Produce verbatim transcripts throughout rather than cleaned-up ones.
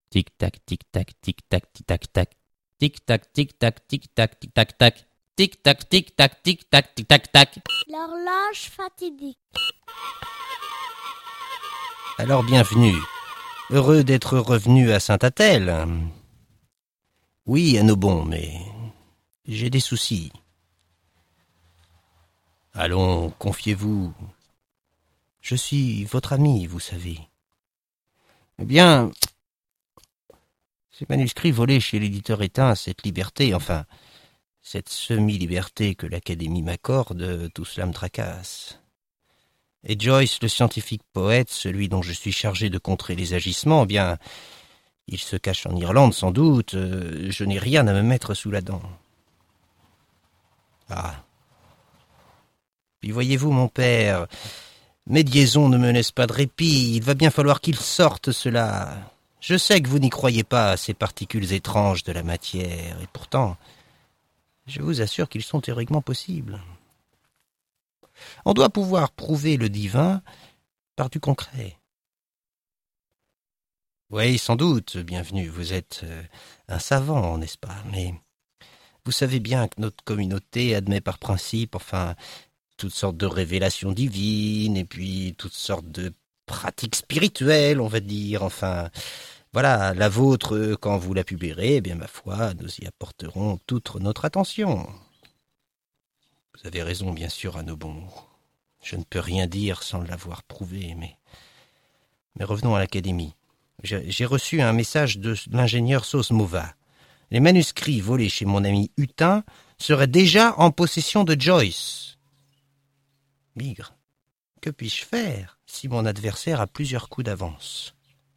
Tic-tac, tic-tac, tic-tac, tic-tac-tac. Tic-tac, tic-tac, tic-tac, tic-tac-tac. Tic-tac, tic-tac, tic-tac, tic-tac-tac. L'horloge fatidique. Alors bienvenue. Heureux d'être revenu à Saint-Athel. Oui, à nos bons, mais j'ai des soucis. Allons, confiez-vous. Je suis votre ami, vous savez. Eh bien, ces manuscrits volés chez l'éditeur éteint, cette liberté, enfin, cette semi-liberté que l'Académie m'accorde, tout cela me tracasse. Et Joyce, le scientifique poète, celui dont je suis chargé de contrer les agissements, eh bien, il se cache en Irlande sans doute, euh, je n'ai rien à me mettre sous la dent. Ah. Puis voyez-vous, mon père, mes liaisons ne me laissent pas de répit, il va bien falloir qu'ils sortent cela. Je sais que vous n'y croyez pas à ces particules étranges de la matière, et pourtant, je vous assure qu'ils sont théoriquement possibles. On doit pouvoir prouver le divin par du concret. Oui, sans doute, bienvenue, vous êtes euh, un savant, n'est-ce pas? Mais vous savez bien que notre communauté admet par principe, enfin, toutes sortes de révélations divines, et puis toutes sortes de pratiques spirituelles, on va dire, enfin... Voilà, la vôtre, quand vous la publierez, eh bien, ma foi, nous y apporterons toute notre attention. Vous avez raison, bien sûr, à nos bons. Je ne peux rien dire sans l'avoir prouvé, mais... Mais revenons à l'Académie. J'ai reçu un message de l'ingénieur Sosmova. Les manuscrits volés chez mon ami Hutin seraient déjà en possession de Joyce. Bigre, que puis-je faire si mon adversaire a plusieurs coups d'avance ?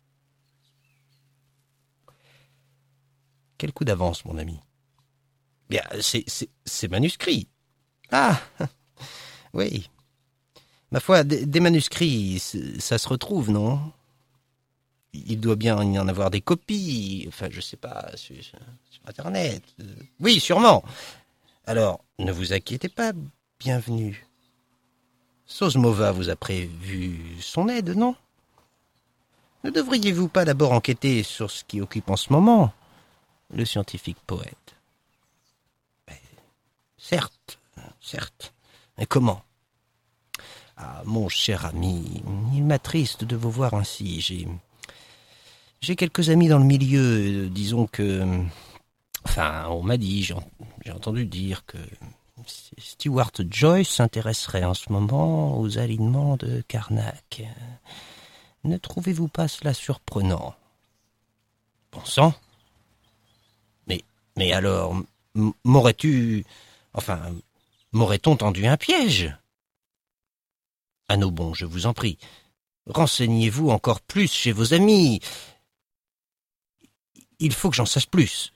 Quel coup d'avance, mon ami? Bien, c'est, c'est, c'est manuscrit. Ah, oui. Ma foi, des, des manuscrits, ça se retrouve, non? Il doit bien y en avoir des copies, enfin, je sais pas, sur, sur Internet. Oui, sûrement. Alors, ne vous inquiétez pas, bienvenue. Sosmova vous a prévu son aide, non? Ne devriez-vous pas d'abord enquêter sur ce qui occupe en ce moment le scientifique poète? Mais, certes, certes. Mais comment? Ah, mon cher ami, il m'attriste de vous voir ainsi. J'ai, j'ai quelques amis dans le milieu. Disons que, enfin, on m'a dit, j'ai, j'ai entendu dire que Stewart Joyce s'intéresserait en ce moment aux alignements de Karnak. Ne trouvez-vous pas cela surprenant? Bon sang. Mais alors, m'aurais-tu... Enfin, m'aurait-on tendu un piège? À nos bons, je vous en prie. Renseignez-vous encore plus chez vos amis. Il faut que j'en sache plus.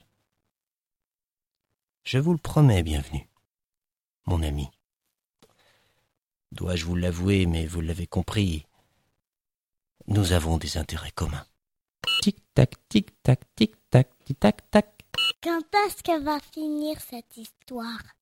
Je vous le promets, bienvenue, mon ami. Dois-je vous l'avouer, mais vous l'avez compris, nous avons des intérêts communs. Tic-tac, tic-tac, tic-tac, tic-tac-tac. Quand est-ce que va finir cette histoire?